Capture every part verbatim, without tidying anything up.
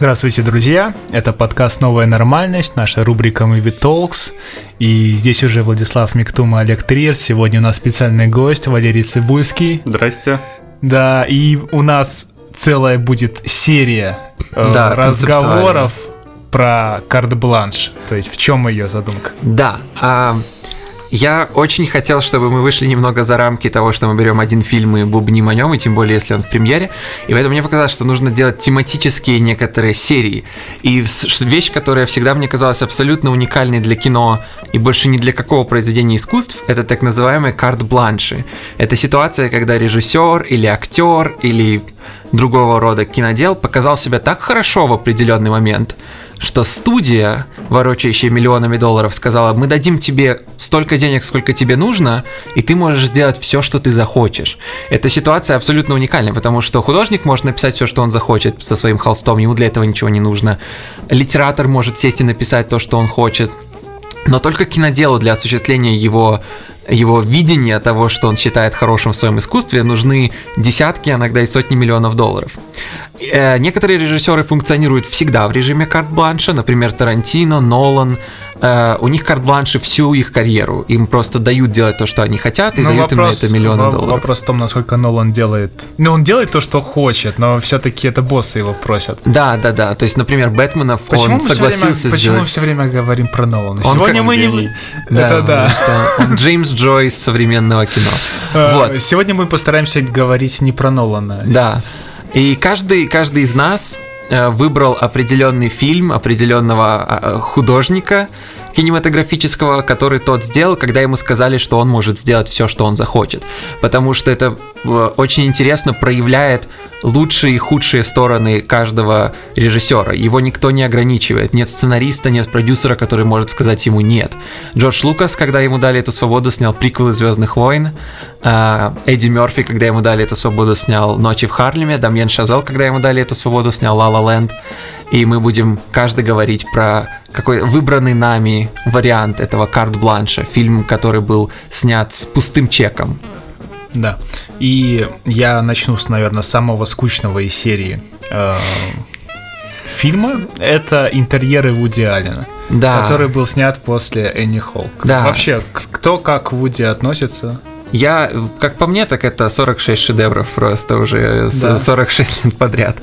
Здравствуйте, друзья! Это подкаст «Новая нормальность», наша рубрика Movie Talks. И здесь уже Владислав Миктум и Олег Триер. Сегодня у нас специальный гость Валерий Цыбульский. Здрасте. Да, и у нас целая будет серия э, да, разговоров про карт-бланш. То есть в чем ее задумка? Да, а... Я очень хотел, чтобы мы вышли немного за рамки того, что мы берем один фильм и бубним о нем, и тем более, если он в премьере. И поэтому мне показалось, что нужно делать тематические некоторые серии. И вещь, которая всегда мне казалась абсолютно уникальной для кино и больше ни для какого произведения искусств, это так называемые карт-бланши. Это ситуация, когда режиссер или актер или другого рода кинодел показал себя так хорошо в определенный момент, что студия, ворочающая миллионами долларов, сказала: мы дадим тебе столько денег, сколько тебе нужно, и ты можешь сделать все, что ты захочешь. Эта ситуация абсолютно уникальна, потому что художник может написать все, что он захочет со своим холстом, ему для этого ничего не нужно. Литератор может сесть и написать то, что он хочет. Но только киноделу для осуществления его, его видения того, что он считает хорошим в своем искусстве, нужны десятки, иногда и сотни миллионов долларов. Э, некоторые режиссеры функционируют всегда в режиме карт-бланша, например, Тарантино, Нолан. Э, у них карт-бланши всю их карьеру. Им просто дают делать то, что они хотят, и но дают вопрос, им на это миллионы в- долларов. Вопрос в том, насколько Нолан делает... Ну, он делает то, что хочет, но все-таки это боссы его просят. Да, да, да. То есть, например, Бэтменов почему он согласился время, сделать... Почему мы все время говорим про Нолана? Он Сегодня как... мы не... Да, это да. Он Джеймс Джойс современного кино. Вот. Сегодня мы постараемся говорить не про Нолана. Да. И каждый, каждый из нас выбрал определенный фильм, определенного художника кинематографического, который тот сделал, когда ему сказали, что он может сделать все, что он захочет. Потому что это очень интересно проявляет лучшие и худшие стороны каждого режиссера. Его никто не ограничивает. Нет сценариста, нет продюсера, который может сказать ему нет. Джордж Лукас, когда ему дали эту свободу, снял приквелы «Звездных войн». Эдди Мерфи, когда ему дали эту свободу, снял «Ночи в Харлеме». Дамьен Шазел, когда ему дали эту свободу, снял «Ла Ла Ленд». И мы будем каждый говорить про какой выбранный нами вариант этого карт-бланша. Фильм, который был снят с пустым чеком. Да. И я начну, наверное, с самого скучного из серии э, фильма. Это «Интерьеры Вуди Аллена», да. который был снят после «Энни Холл». Да. Вообще, кто как к Вуди относится? Я, как по мне, так это сорок шесть шедевров просто уже, да. сорок шесть лет подряд.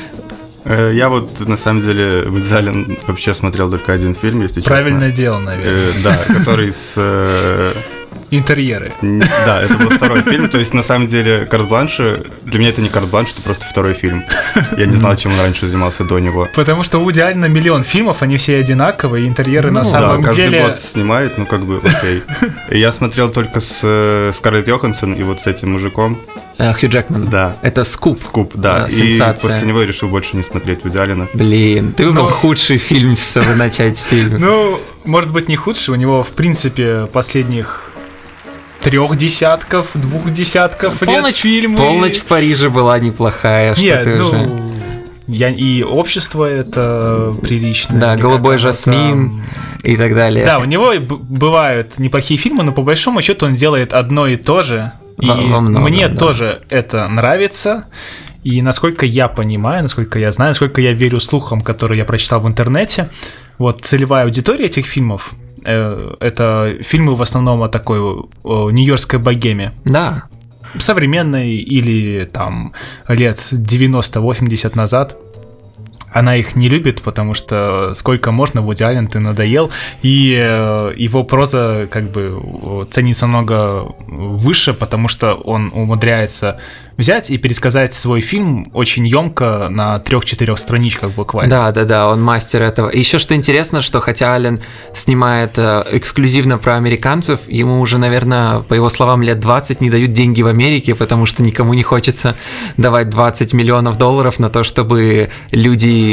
Я вот, на самом деле, Вуди Аллен вообще смотрел только один фильм, если честно. Правильное дело, наверное. Э, да, который с... Э... «Интерьеры». Да, это был второй фильм, то есть, на самом деле, «Карт-бланши», для меня это не «Карт-бланш», это просто второй фильм. Я не знал, чем он раньше занимался до него. Потому что у Вуди Аллена миллион фильмов, они все одинаковые, «Интерьеры» ну, на самом да, деле... Да, каждый год снимает, ну, как бы, окей. Я смотрел только с Скарлетт Йоханссон и вот с этим мужиком. Хью Джекман. Да. Это «Скуп». «Скуп», да. А, и после него я решил больше не смотреть Вуди Аллена. Блин, ты выбрал Но... худший фильм, чтобы начать фильм. Ну, может быть, не худший, у него, в принципе, последних... трех десятков, двух десятков лет полночь, фильмы. «Полночь в Париже» была неплохая. Нет, что ты ну, уже... я, и «Общество» это прилично. Да, «Голубой жасмин» и так далее. Да, у него б- бывают неплохие фильмы, но по большому счету он делает одно и то же. И во, во многом, мне да. тоже это нравится. И насколько я понимаю, насколько я знаю, насколько я верю слухам, которые я прочитал в интернете, вот целевая аудитория этих фильмов — это фильмы в основном о такой о нью-йоркской богеме. Да. Современной или там лет девяносто-восемьдесят назад. Она их не любит, потому что сколько можно, Вуди Аллен, ты надоел. И э, его проза как бы ценится намного выше, потому что он умудряется взять и пересказать свой фильм очень емко на трех-четырех страничках буквально. Да, да, да, он мастер этого. И еще что интересно, что хотя Аллен снимает э, эксклюзивно про американцев, ему уже, наверное, по его словам, лет двадцать не дают деньги в Америке, потому что никому не хочется давать двадцать миллионов долларов на то, чтобы люди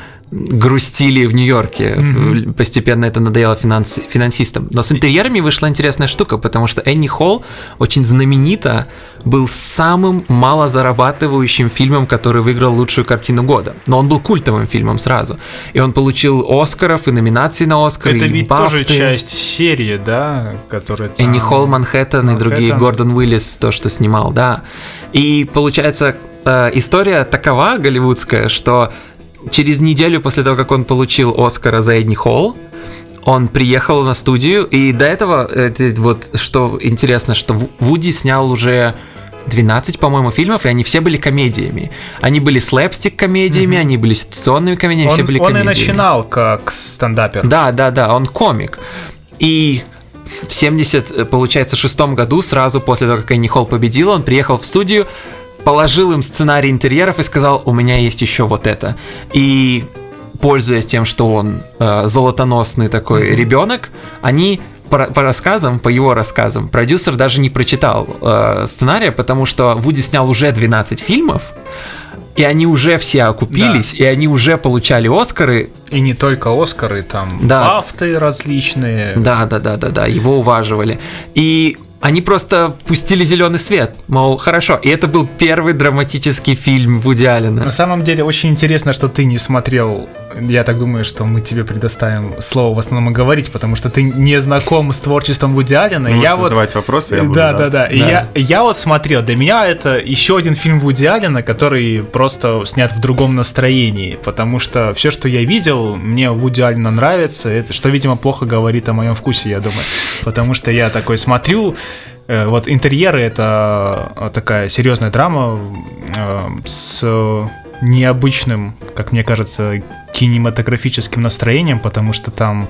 грустили в Нью-Йорке. Mm-hmm. Постепенно это надоело финанс... финансистам. Но с интерьерами вышла интересная штука, потому что Энни Холл очень знаменита, был самым малозарабатывающим фильмом, который выиграл лучшую картину года. Но он был культовым фильмом сразу. И он получил Оскаров и номинации на Оскар. Это и ведь Бафты. Тоже часть серии, да? Которая там... Энни Холл, Манхэттен, Манхэттен и другие. Гордон Уиллис, то, что снимал, да. И получается, история такова голливудская, что через неделю после того, как он получил Оскара за Энни Холл, он приехал на студию, и до этого, это вот что интересно, что Вуди снял уже двенадцать, по-моему, фильмов, и они все были комедиями. Они были слэпстик-комедиями, mm-hmm. они были ситуационными комедиями, он, все были он комедиями. Он и начинал как стендапер. Да, да, да, он комик. И в семьдесят, получается, шестом году, сразу после того, как Энни Холл победила, он приехал в студию, положил им сценарий интерьеров и сказал: у меня есть еще вот это. И пользуясь тем, что он э, золотоносный такой mm-hmm. ребенок, они по, по рассказам, по его рассказам, продюсер даже не прочитал э, сценария, потому что Вуди снял уже двенадцать фильмов, и они уже все окупились, да. и они уже получали Оскары. И не только Оскары, там да. бафты различные. Да, да, да, да, да, его уваживали. И они просто пустили зеленый свет, мол, хорошо. И это был первый драматический фильм Вуди Аллена. На самом деле очень интересно, что ты не смотрел. Я так думаю, что мы тебе предоставим слово в основном говорить, потому что ты не знаком с творчеством Вуди Аллена. Можешь я задавать вот... вопросы, я буду. Да, да, да. да. И я, я вот смотрел. Для меня это еще один фильм Вуди Аллена, который просто снят в другом настроении, потому что все, что я видел, мне Вуди Аллена нравится. Это, что, видимо, плохо говорит о моем вкусе, я думаю. Потому что я такой смотрю. Вот «Интерьеры» — это такая серьезная драма с необычным, как мне кажется, кинематографическим настроением, потому что там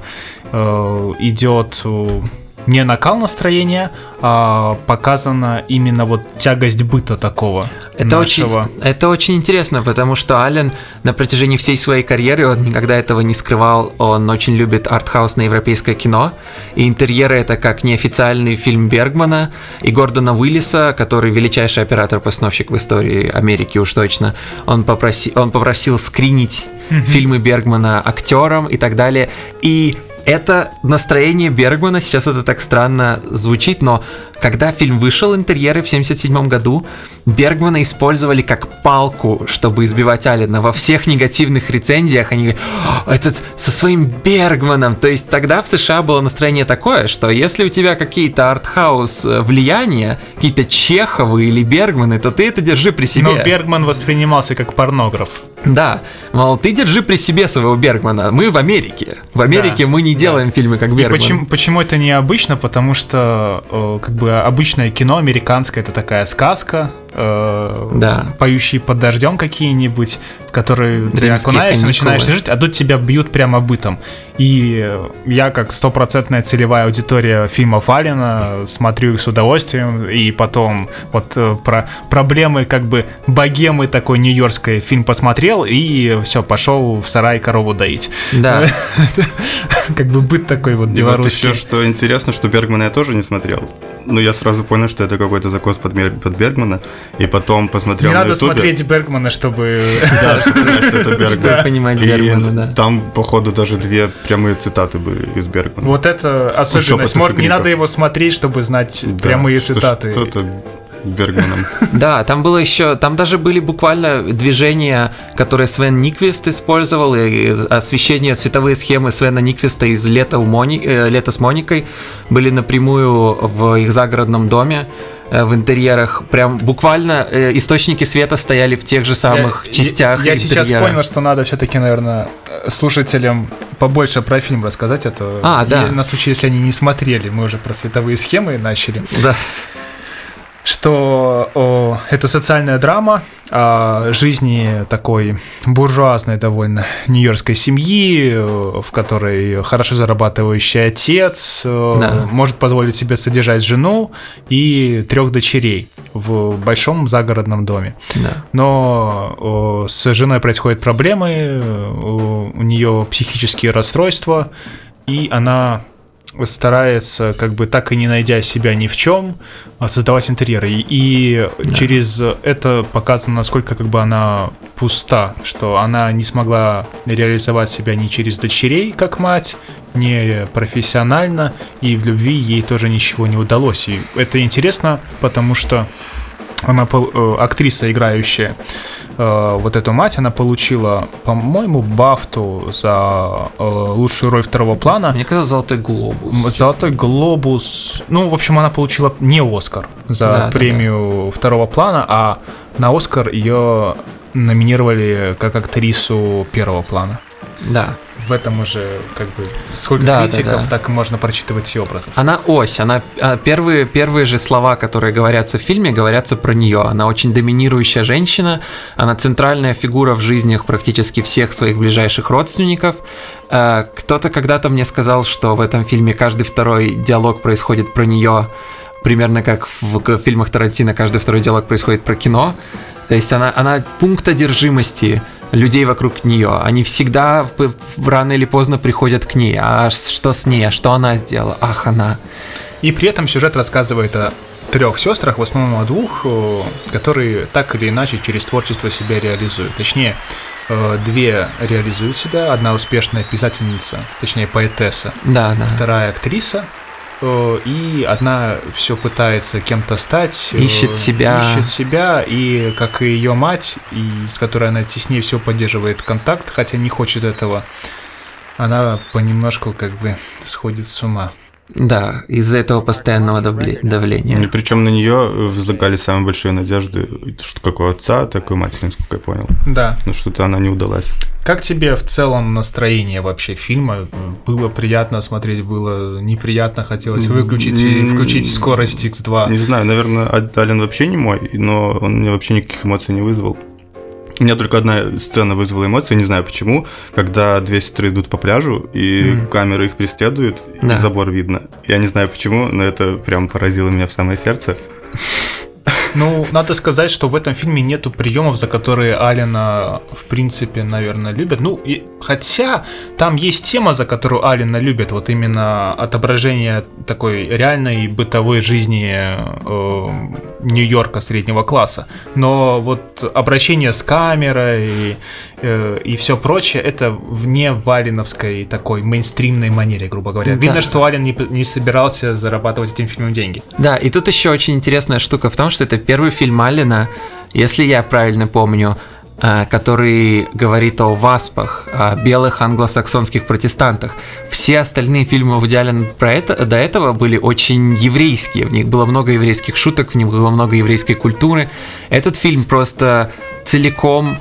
идет не накал настроения, а показана именно вот тягость быта такого. Это, нашего... очень, это очень интересно, потому что Аллен на протяжении всей своей карьеры, он никогда этого не скрывал, он очень любит артхаусное европейское кино, и «Интерьеры» — это как неофициальный фильм Бергмана и Гордона Уиллиса, который величайший оператор-постановщик в истории Америки уж точно. Он, попроси, он попросил скринить mm-hmm. фильмы Бергмана актерам и так далее, и это настроение Бергмана, сейчас это так странно звучит, но когда фильм вышел, «Интерьеры», в семьдесят седьмом году, Бергмана использовали как палку, чтобы избивать Аллена. Во всех негативных рецензиях они говорят: этот со своим Бергманом. То есть тогда в США было настроение такое, что если у тебя какие-то артхаус влияния, какие-то Чеховы или Бергманы, то ты это держи при себе. Но Бергман воспринимался как порнограф. Да, мол, ты держи при себе своего Бергмана. Мы в Америке. В Америке да, мы не делаем да. фильмы как Бергман. И почему, почему это необычно? Потому что э, как бы обычное кино американское — это такая сказка, э, да. поющие под дождем какие-нибудь, в которые ты окунаешься, начинаешь жить, а тут тебя бьют прямо бытом. И я, как стопроцентная целевая аудитория фильмов Аллена, смотрю их с удовольствием, и потом вот э, про проблемы как бы богемы такой нью-йоркской фильм посмотрел, и все, пошел в сарай корову доить. Да. Как бы быт такой вот белорусский. И вот еще что интересно, что Бергмана я тоже не смотрел. Ну, я сразу понял, что это какой-то закос под, под Бергмана, и потом посмотрел не на надо ютубе. смотреть Бергмана, чтобы... Да, чтобы понять, что это Бергман. Понимать Бергмана, да. Там, походу, даже две прямые цитаты были из Бергмана. Вот это особенность. Не надо его смотреть, чтобы знать прямые цитаты. Что-то Бергманом. Да, там было еще, там даже были буквально движения, которые Свен Никвист использовал, и освещение, световые схемы Свена Никвиста из «Лета, у Мони... «Лета с Моникой» были напрямую в их загородном доме, в интерьерах. Прям буквально источники света стояли в тех же самых я, частях Я, я интерьера. сейчас понял, что надо все-таки, наверное, слушателям побольше про фильм рассказать, а то а, да. на случай, если они не смотрели, мы уже про световые схемы начали. Да. Что о, это социальная драма о жизни такой буржуазной довольно нью-йоркской семьи, в которой хорошо зарабатывающий отец да. может позволить себе содержать жену и трех дочерей в большом загородном доме. Да. Но о, с женой происходят проблемы, у, у нее психические расстройства, и она старается, как бы так и не найдя себя ни в чем, создавать интерьеры. И, и да. через это показано, насколько как бы она пуста, что она не смогла реализовать себя ни через дочерей, как мать, ни профессионально, и в любви ей тоже ничего не удалось. И это интересно, потому что она актриса, играющая э, вот эту мать, она получила, по-моему, Бафту за э, лучшую роль второго плана. Мне казалось, Золотой глобус. Золотой глобус. Ну, в общем, она получила не Оскар за да, премию да, да. второго плана, а на Оскар ее номинировали как актрису первого плана. Да. В этом уже как бы сколько да, критиков, да, да. так можно прочитывать ее образов. Она ось, она первые, первые же слова, которые говорятся в фильме, говорятся про нее. Она очень доминирующая женщина, она центральная фигура в жизнях практически всех своих ближайших родственников. Кто-то когда-то мне сказал, что в этом фильме каждый второй диалог происходит про нее, примерно как в фильмах Тарантино каждый второй диалог происходит про кино. То есть она, она пункт одержимости людей вокруг нее. Они всегда рано или поздно приходят к ней. А что с ней? А что она сделала? Ах, она. И при этом сюжет рассказывает о трех сестрах, в основном о двух, которые так или иначе через творчество себя реализуют. Точнее, две реализуют себя. Одна успешная писательница, точнее поэтесса. Да, да. Вторая актриса. И одна все пытается кем-то стать, ищет себя, ищет себя, и как и ее мать, и с которой она теснее всего поддерживает контакт, хотя не хочет этого, она понемножку как бы сходит с ума. Да, из-за этого постоянного давления. И причем на нее возлагали самые большие надежды, что как у отца, так и у матери, насколько я понял. Да. Но что-то она не удалась. Как тебе в целом настроение вообще фильма? Было приятно смотреть, было неприятно, хотелось выключить и включить скорость икс два? Не знаю, наверное, Ален вообще не мой, но он мне вообще никаких эмоций не вызвал. У меня только одна сцена вызвала эмоции, не знаю почему, когда две сестры идут по пляжу, и mm. камера их преследует, да. и забор видно. Я не знаю почему, но это прям поразило меня в самое сердце. Ну, надо сказать, что в этом фильме нету приемов, за которые Алена, в принципе, наверное, любят. Ну, и, хотя там есть тема, за которую Алена любит, вот именно отображение такой реальной бытовой жизни э, Нью-Йорка среднего класса. Но вот обращение с камерой и, э, и все прочее, это вне валеновской такой мейнстримной манере, грубо говоря. Да. Видно, что Ален не, не собирался зарабатывать этим фильмом деньги. Да, и тут еще очень интересная штука в том, что это первый фильм Аллена, если я правильно помню, который говорит о васпах, о белых англосаксонских протестантах. Все остальные фильмы Вуди Аллена про это, до этого были очень еврейские, в них было много еврейских шуток, в них было много еврейской культуры. Этот фильм просто целиком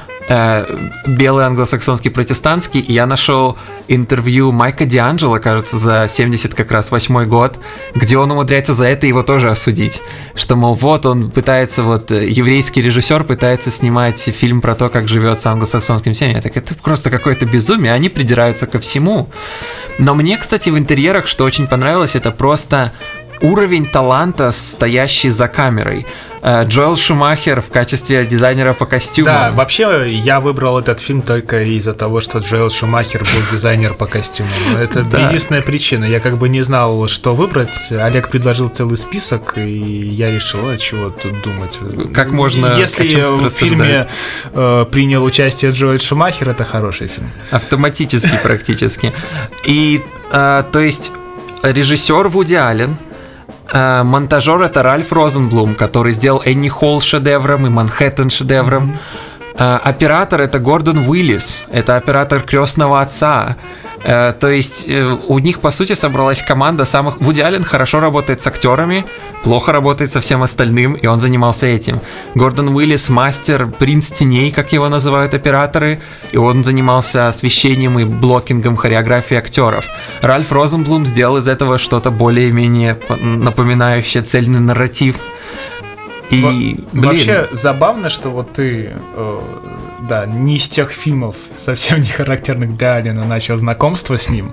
белый англосаксонский протестантский, и я нашел интервью Майка Дианджело, кажется, за семьдесят как раз восьмой год, где он умудряется за это его тоже осудить, что, мол, вот он пытается, вот еврейский режиссер пытается снимать фильм про то, как живет с англосаксонским семьей. Так это просто какое-то безумие, они придираются ко всему. Но мне, кстати, в интерьерах, что очень понравилось, это просто уровень таланта, стоящий за камерой. Джоэл Шумахер в качестве дизайнера по костюмам. Да, вообще я выбрал этот фильм только из-за того, что Джоэл Шумахер был дизайнер по костюмам. Это да. единственная причина. Я как бы не знал, что выбрать. Олег предложил целый список, и я решил, а чего тут думать. Как можно... Если в фильме э, принял участие Джоэл Шумахер, это хороший фильм. Автоматически практически. И, э, то есть, режиссер Вуди Аллен, монтажер — это Ральф Розенблум, который сделал Энни Холл шедевром и Манхэттен шедевром. Mm-hmm. Оператор — это Гордон Уиллис, это оператор «Крестного отца». То есть у них, по сути, собралась команда самых... Вуди Аллен хорошо работает с актерами, плохо работает со всем остальным, и он занимался этим. Гордон Уиллис — мастер, принц теней, как его называют операторы, и он занимался освещением и блокингом хореографии актеров. Ральф Розенблум сделал из этого что-то более-менее напоминающее цельный нарратив. И, Во- вообще забавно, что вот ты, э, да, не из тех фильмов, совсем не характерных для Аллена, начал знакомство с ним.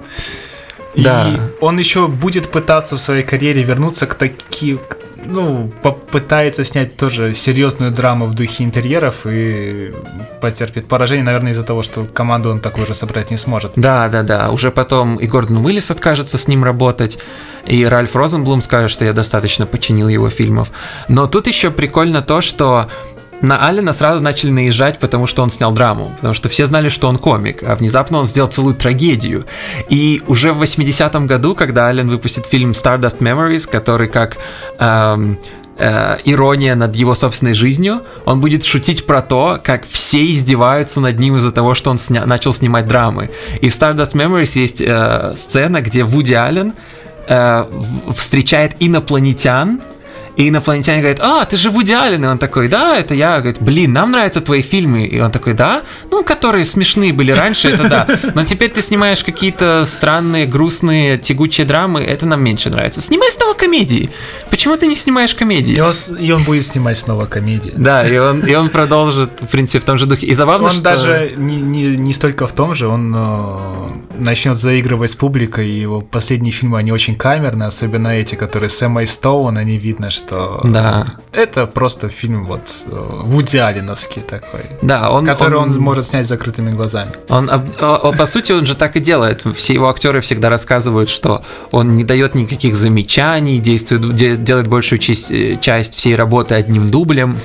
Да. И он еще будет пытаться в своей карьере вернуться к таким, ну, попытается снять тоже серьезную драму в духе интерьеров и потерпит поражение, наверное, из-за того, что команду он такой же собрать не сможет. Да, да, да. Уже потом и Гордон Уиллис откажется с ним работать, и Ральф Розенблум скажет, что я достаточно починил его фильмов. Но тут еще прикольно то, что на Аллена сразу начали наезжать, потому что он снял драму, потому что все знали, что он комик, а внезапно он сделал целую трагедию. И уже в восьмидесятом году, когда Аллен выпустит фильм Stardust Memories, который как эм, э, ирония над его собственной жизнью, он будет шутить про то, как все издеваются над ним из-за того, что он сня- начал снимать драмы. И в Stardust Memories есть э, сцена, где Вуди Аллен э, в- встречает инопланетян, и инопланетяне говорят: а, ты же Вуди Аллен. И он такой: да, это я. Говорит: блин, нам нравятся твои фильмы. И он такой: да? Ну, которые смешные были раньше, это да. Но теперь ты снимаешь какие-то странные, грустные, тягучие драмы, это нам меньше нравится. Снимай снова комедии. Почему ты не снимаешь комедии? И он, и он будет снимать снова комедии. Да, и он, и он продолжит, в принципе, в том же духе. И забавно, он что... даже не, не, не столько в том же, он э, начнет заигрывать с публикой, и его последние фильмы, они очень камерные, особенно эти, которые с Эммой Стоун, они видно, что Да. это просто фильм вот э, Вуди Алленовский такой, Да, он, который он, он может снять с закрытыми глазами. Он, а, по сути, он же так и делает. Все его актеры всегда рассказывают, что он не дает никаких замечаний, действует, де, делает большую часть, часть всей работы одним дублем.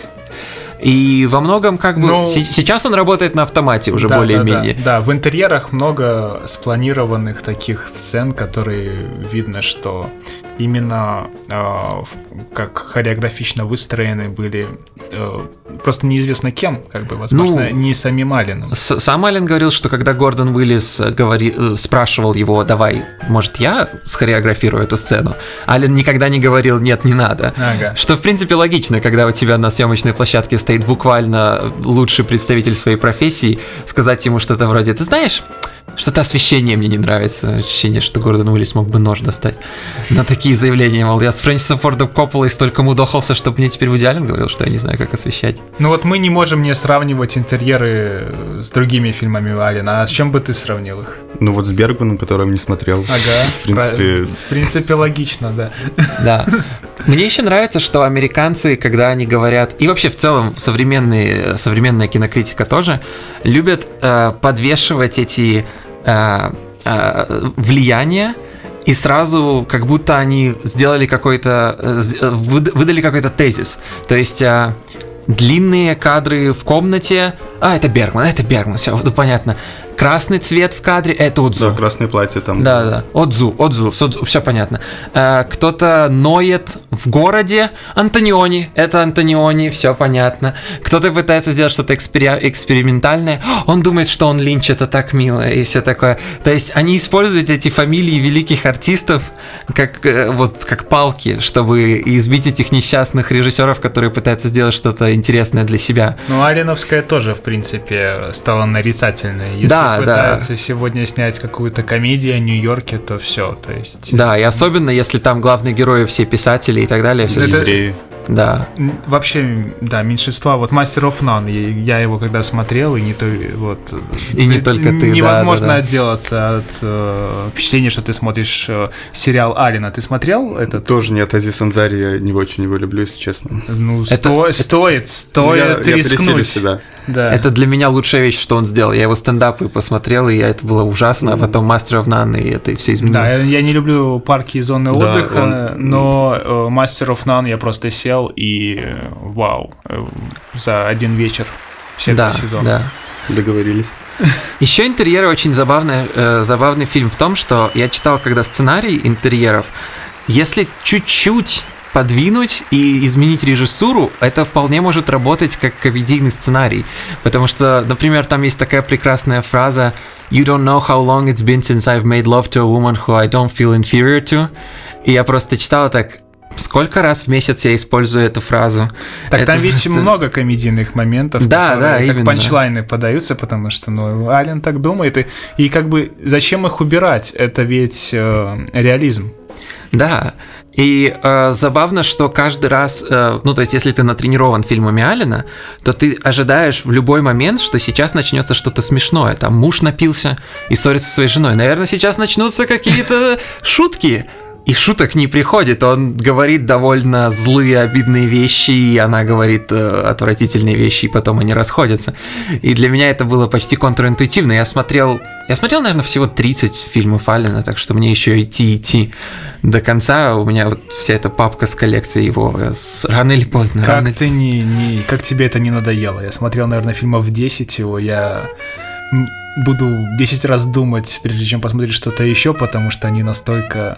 И во многом как бы Ну, с- сейчас он работает на автомате уже Да, более-менее. Да, да, да, в интерьерах много спланированных таких сцен, которые видно, что именно э, в- как хореографично выстроены были, э, просто неизвестно кем, как бы, возможно, Ну, не самим Алленом. С- Сам Аллен говорил, что когда Гордон Уиллис говори, э, спрашивал его: давай, может, я схореографирую эту сцену, Аллен никогда не говорил: нет, не надо. Ага. Что, в принципе, логично, когда у тебя на съемочной площадке стоит буквально лучший представитель своей профессии, сказать ему что-то вроде: ты знаешь, что-то освещение мне не нравится. Ощущение, что Гордон Уиллис мог бы нож достать. На такие заявления, мол, я с Фрэнсисом Фордом Копполой столько мудохался, чтобы мне теперь Вуди Аллен говорил, что я не знаю, как освещать. Ну вот мы не можем не сравнивать интерьеры с другими фильмами Аллена, а с чем бы ты сравнил их? Ну вот с Бергманом, которого я не смотрел. Ага, В принципе, в принципе логично, да. Да. Мне еще нравится, что американцы, когда они говорят, и вообще в целом современные, современная кинокритика тоже, любят э, подвешивать эти э, э, влияния, и сразу как будто они сделали какой-то, э, выд- выдали какой-то тезис. То есть э, длинные кадры в комнате, а, это Бергман, это Бергман, все, понятно. Красный цвет в кадре, это Отзу. да, красное платье там. Да, да. Отзу, Отзу, все понятно. Э, кто-то ноет в городе, Антониони, это Антониони, все понятно. Кто-то пытается сделать что-то экспери- экспериментальное, он думает, что он Линч, это так мило, и все такое. То есть они используют эти фамилии великих артистов как, э, вот, как палки, чтобы избить этих несчастных режиссеров, которые пытаются сделать что-то интересное для себя. Ну, Алленовская тоже, в принципе, стала нарицательной. Если Да, пытаются да. сегодня снять какую-то комедию о Нью-Йорке, то все, то есть... Да, и особенно, если там главные герои все писатели и так далее. Все Это- Евреи. Да. М, Вообще, да, меньшинства. Вот Master of None, я я его когда смотрел, и не то, вот... И не только ты, да, Невозможно да, да. отделаться от э, впечатления, что ты смотришь э, сериал Аллена. Ты смотрел этот? Тоже нет, Азиз Ансари, я не очень его люблю, если честно. Ну, Это- сто- это- стоит, Ну, стоит я, я пересилю рискнуть. себя. Да. Это для меня лучшая вещь, что он сделал. Я его стендапы посмотрел, и я, это было ужасно, а потом Master of None, и это все изменило. Да, я, я не люблю парки и зоны Да, отдыха, он- но э, Master of None я просто сел и э, вау, э, за один вечер все да, два сезона. да. Договорились. Еще интерьеры очень забавный, э, забавный фильм в том, что я читал, когда сценарий интерьеров, если чуть-чуть подвинуть и изменить режиссуру, это вполне может работать как комедийный сценарий. Потому что, например, там есть такая прекрасная фраза «You don't know how long it's been since I've made love to a woman who I don't feel inferior to». И я просто читал так, сколько раз в месяц я использую эту фразу. Так Это там ведь просто- много комедийных моментов, Да, которые да, как именно. панчлайны подаются, потому что, ну, Аллен так думает, и, и как бы зачем их убирать? Это ведь э, реализм. Да, и э, забавно, что каждый раз, э, ну то есть если ты натренирован фильмами Аллена, то ты ожидаешь в любой момент, что сейчас начнется что-то смешное. Там муж напился и ссорится со своей женой. Наверное, сейчас начнутся какие-то шутки. И шуток не приходит, он говорит довольно злые, обидные вещи, и она говорит э, отвратительные вещи, и потом они расходятся. И для меня это было почти контринтуитивно. Я смотрел, я смотрел, наверное, всего тридцать фильмов Аллена, так что мне еще идти идти до конца. У меня вот вся эта папка с коллекцией его э, с- рано или поздно. рано Как ты не, не, как тебе это не надоело? Я смотрел, наверное, фильмов десять его, я м, буду десять раз думать, прежде чем посмотреть что-то еще, потому что они настолько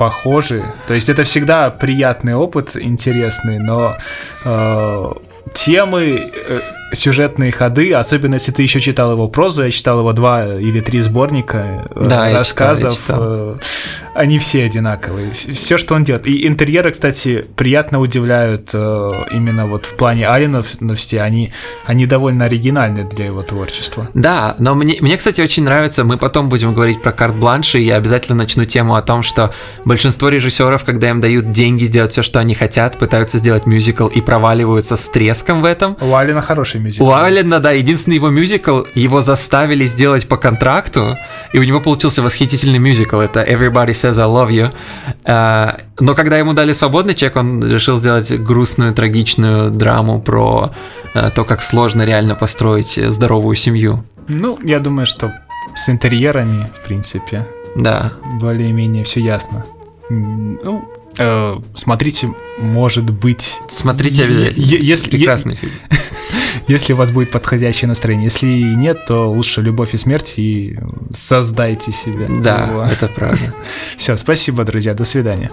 похожи. То есть это всегда приятный опыт, интересный, но э, темы, э, сюжетные ходы, особенно если ты еще читал его прозу, я читал его два или три сборника э, да, рассказов, я читал, я читал. Э, они все одинаковые. Все, что он делает. И интерьеры, кстати, приятно удивляют э, именно вот в плане алиеновости, они, они довольно оригинальны для его творчества. Да, но мне, мне, кстати, очень нравится, мы потом будем говорить про карт-бланш, и я обязательно начну тему о том, что большинство режиссеров, когда им дают деньги сделать все, что они хотят, пытаются сделать мюзикл и проваливаются с треском в этом. У Аллена хороший мюзикл. У Аллена, да, единственный его мюзикл, его заставили сделать по контракту, и у него получился восхитительный мюзикл, это Everybody Says I Love You. Uh, но когда ему дали свободный чек, он решил сделать грустную, трагичную драму про uh, то, как сложно реально построить здоровую семью. Ну, я думаю, что с интерьерами, в принципе, да, более-менее все ясно. Ну, э, смотрите, может быть... Смотрите обязательно. Е- если, прекрасный е- фильм. Если у вас будет подходящее настроение. Если нет, то лучше «Любовь и смерть» и создайте себе. Да, его. Это правда. Все, спасибо, друзья, до свидания.